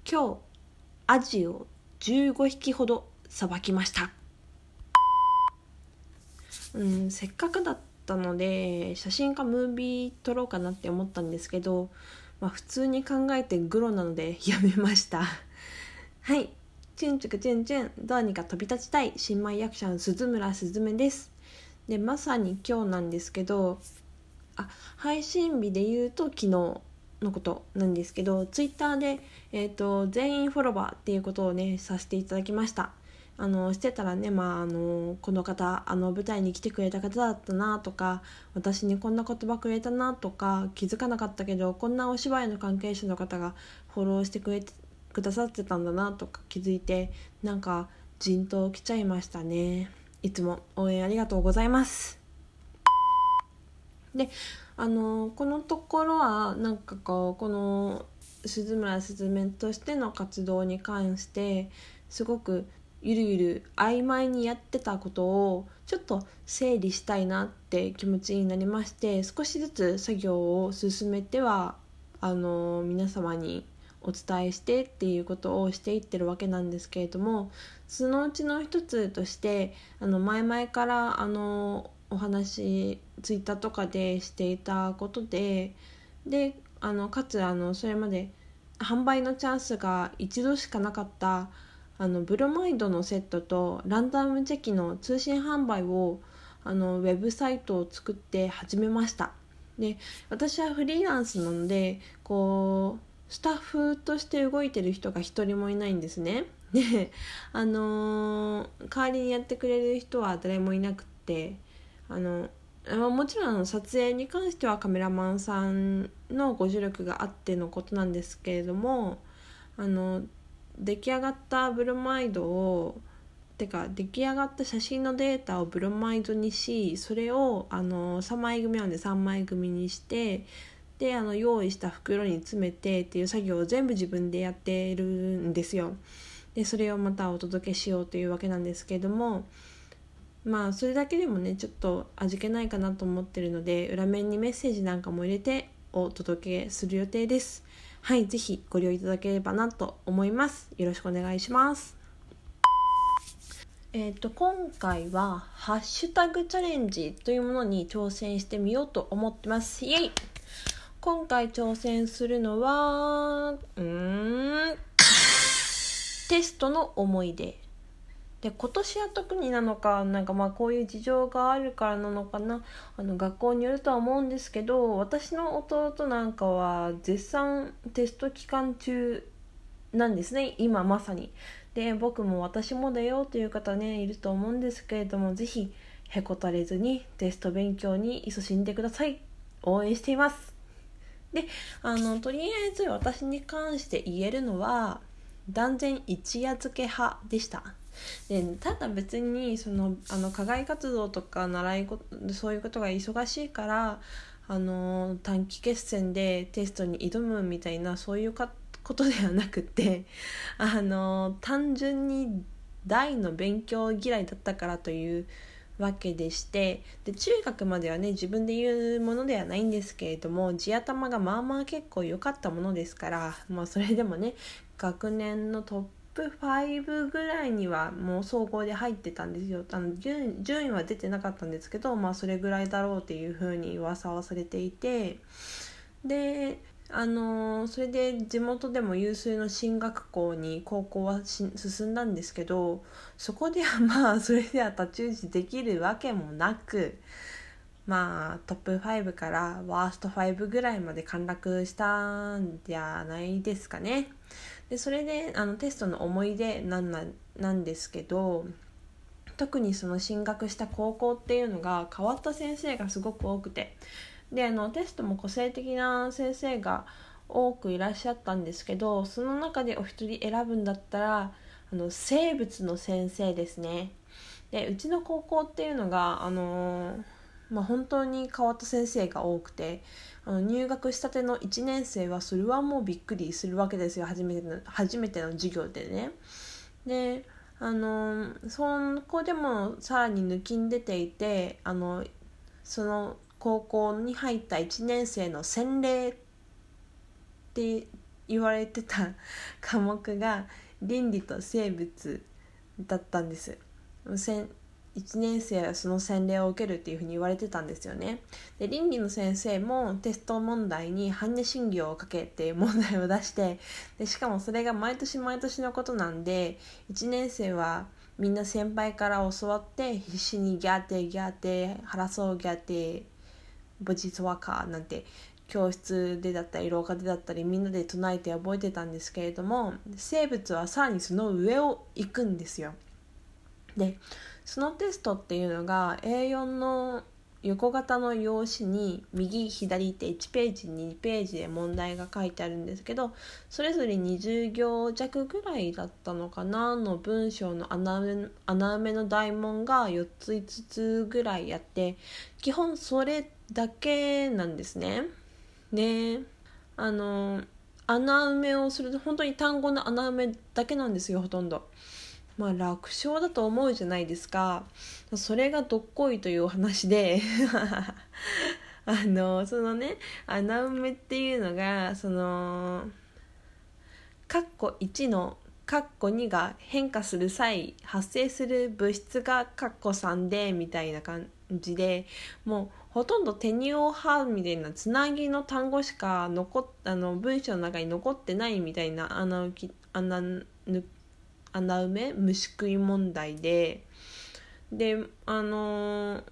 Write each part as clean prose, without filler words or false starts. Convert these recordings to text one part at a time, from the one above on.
今日アジを15匹ほどさばきました。せっかくだったので写真かムービー撮ろうかなって思ったんですけど、普通に考えてグロなのでやめましたはい、チュンチュクチュンチュン、どうにか飛び立ちたい新米役者の鈴村すずめです。でまさに今日なんですけど、配信日で言うと昨日のことなんですけど、ツイッターで、全員フォロワーっていうことをねさせていただきました。してたらね、この方舞台に来てくれた方だったなとか、私にこんな言葉くれたなとか、気づかなかったけどこんなお芝居の関係者の方がフォローしてくださってたんだなとか気づいて、なんかじんときちゃいましたね。いつも応援ありがとうございます。でこのところはなんかこの鈴村すずめとしての活動に関してすごくゆるゆる曖昧にやってたことをちょっと整理したいなって気持ちになりまして、少しずつ作業を進めては皆様にお伝えしてっていうことをしていってるわけなんですけれども、そのうちの一つとして前々からお話ツイッターとかでしていたことでかつそれまで販売のチャンスが一度しかなかったブロマイドのセットとランダムチェキの通信販売をウェブサイトを作って始めました。で私はフリーランスなのでスタッフとして動いてる人が一人もいないんですね。で代わりにやってくれる人は誰もいなくってもちろん撮影に関してはカメラマンさんのご助力があってのことなんですけれども、出来上がったブロマイドを出来上がった写真のデータをブロマイドにし、それを3枚組なので3枚組にしてで用意した袋に詰めてっていう作業を全部自分でやってるんですよ。でそれをまたお届けしようというわけなんですけれども、それだけでもねちょっと味気ないかなと思ってるので、裏面にメッセージなんかも入れてお届けする予定です。はい、ぜひご利用いただければなと思います。よろしくお願いします。今回はハッシュタグチャレンジというものに挑戦してみようと思ってます。イエイ。今回挑戦するのはテストの思い出で、今年は特になのかこういう事情があるからなのかな、学校によるとは思うんですけど、私の弟なんかは絶賛テスト期間中なんですね、今まさに。で僕も私もだよという方ねいると思うんですけれども、ぜひへこたれずにテスト勉強に勤しんでください。応援しています。でとりあえず私に関して言えるのは断然一夜漬け派でした。でただ別に課外活動とかそういうことが忙しいから短期決戦でテストに挑むみたいなそういうことではなくて単純に大の勉強嫌いだったからというわけでして、で中学まではね自分で言うものではないんですけれども、地頭が結構良かったものですから、それでもね学年のトップ5ぐらいにはもう総合で入ってたんですよ。順位は出てなかったんですけど、それぐらいだろうっていう風に噂はされていて、でそれで地元でも有数の進学校に高校は進んだんですけど、そこではそれでは太刀打ちできるわけもなく、トップ5からワースト5ぐらいまで陥落したんじゃないですかね。でそれでテストの思い出なんですけど、特にその進学した高校っていうのが変わった先生がすごく多くて、でテストも個性的な先生が多くいらっしゃったんですけど、その中でお一人選ぶんだったら生物の先生ですね。でうちの高校っていうのが本当に変わった先生が多くて、入学したての1年生はそれはもうびっくりするわけですよ。初めての授業でね。でそこでもさらに抜きん出ていて、その高校に入った1年生の洗礼って言われてた科目が倫理と生物だったんです。1年生はその洗礼を受けるっていうふうに言われてたんですよね。で、倫理の先生もテスト問題に般若心経をかけて問題を出して、でしかもそれが毎年毎年のことなんで、1年生はみんな先輩から教わって必死にギャーテギャーテハラソーギャーテボジスワカなんて教室でだったり廊下でだったりみんなで唱えて覚えてたんですけれども、生物はさらにその上を行くんですよ。でそのテストっていうのが A4 の横型の用紙に右左って1ページ2ページで問題が書いてあるんですけど、それぞれ20行弱ぐらいだったのかなの文章の穴埋めの大問が4つ5つぐらいやって、基本それだけなんですね。で穴埋めをすると本当に単語の穴埋めだけなんですよ、ほとんど。楽勝だと思うじゃないですか。それがどっこいというお話でそのね穴埋めっていうのが括弧1の括弧2が変化する際発生する物質が括弧3でみたいな感じで、もうほとんどテニオーハーみたいなつなぎの単語しか文章の中に残ってないみたいな穴埋め虫食い問題で本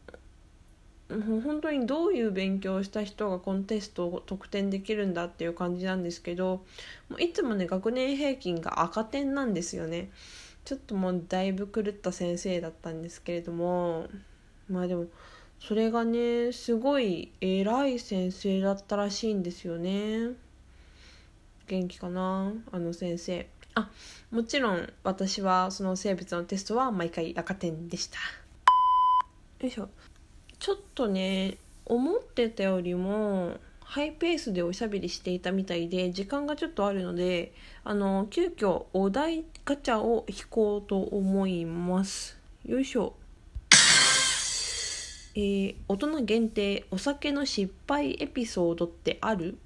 当にどういう勉強をした人がこのテストを得点できるんだっていう感じなんですけど、いつもね学年平均が赤点なんですよね。ちょっともうだいぶ狂った先生だったんですけれども、でもそれがねすごい偉い先生だったらしいんですよね。元気かな先生。もちろん私はその生物のテストは毎回赤点でした。よいしょ。ちょっとね思ってたよりもハイペースでおしゃべりしていたみたいで時間がちょっとあるので急遽お題ガチャを引こうと思います。よいしょ。大人限定お酒の失敗エピソードってある？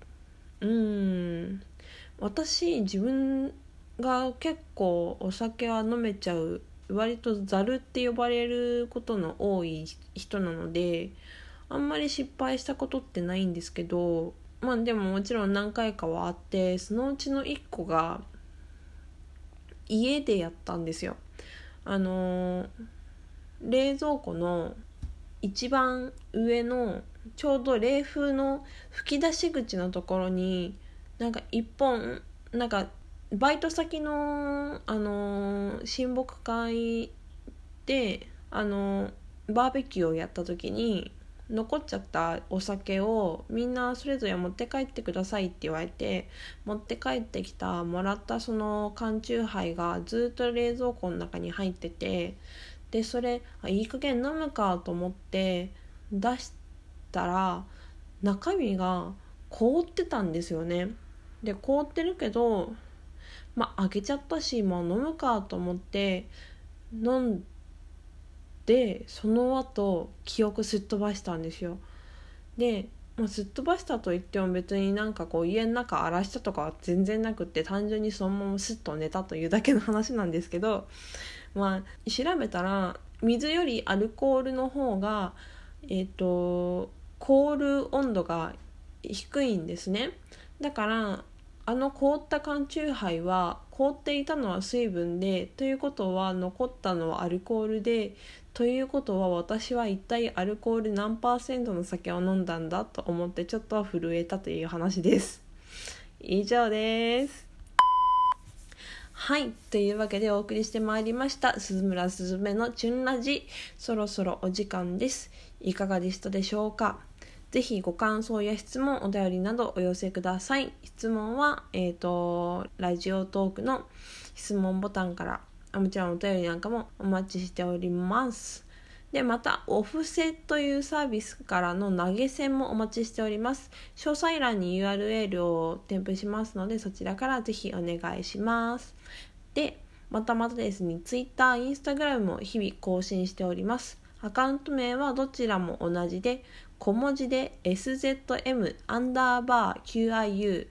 私自分が結構お酒は飲めちゃう割とザルって呼ばれることの多い人なのであんまり失敗したことってないんですけど、でももちろん何回かはあって、そのうちの1個が家でやったんですよ。冷蔵庫の一番上のちょうど冷風の吹き出し口のところに一本バイト先の親睦会でバーベキューをやった時に残っちゃったお酒をみんなそれぞれ持って帰ってくださいって言われて持って帰ってきたもらったその缶チューハイがずっと冷蔵庫の中に入ってて、でそれいい加減飲むかと思って出したら中身が凍ってたんですよね。で凍ってるけど開けちゃったし飲むかと思って飲んで、その後記憶すっ飛ばしたんですよ。ですっ飛ばしたといっても別に家の中荒らしたとかは全然なくって、単純にそのまますっと寝たというだけの話なんですけど、調べたら水よりアルコールの方が凍る温度が低いんですね。だから凍った缶チューハイは凍っていたのは水分で、ということは残ったのはアルコールで、ということは私は一体アルコール何%の酒を飲んだんだと思ってちょっとは震えたという話です。以上です。はい、というわけでお送りしてまいりました鈴村すずめのチュンラジ、そろそろお時間です。いかがでしたでしょうか。ぜひご感想や質問、お便りなどお寄せください。質問は、ラジオトークの質問ボタンから、もちろんお便りなんかもお待ちしております。で、また、オフセというサービスからの投げ銭もお待ちしております。詳細欄に URL を添付しますので、そちらからぜひお願いします。で、またですね、Twitter、Instagram も日々更新しております。アカウント名はどちらも同じで、小文字で SZM_QIU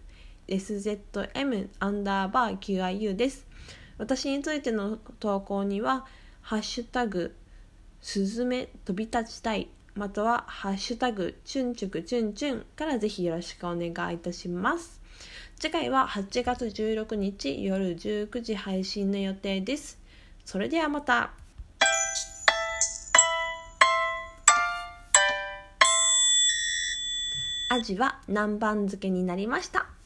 SZM_QIU です。私についての投稿にはハッシュタグすずめ飛び立ちたい、またはハッシュタグチュンチュクチュンチュンからぜひよろしくお願いいたします。次回は8月16日夜19時配信の予定です。それではまた。アジは南蛮漬けになりました。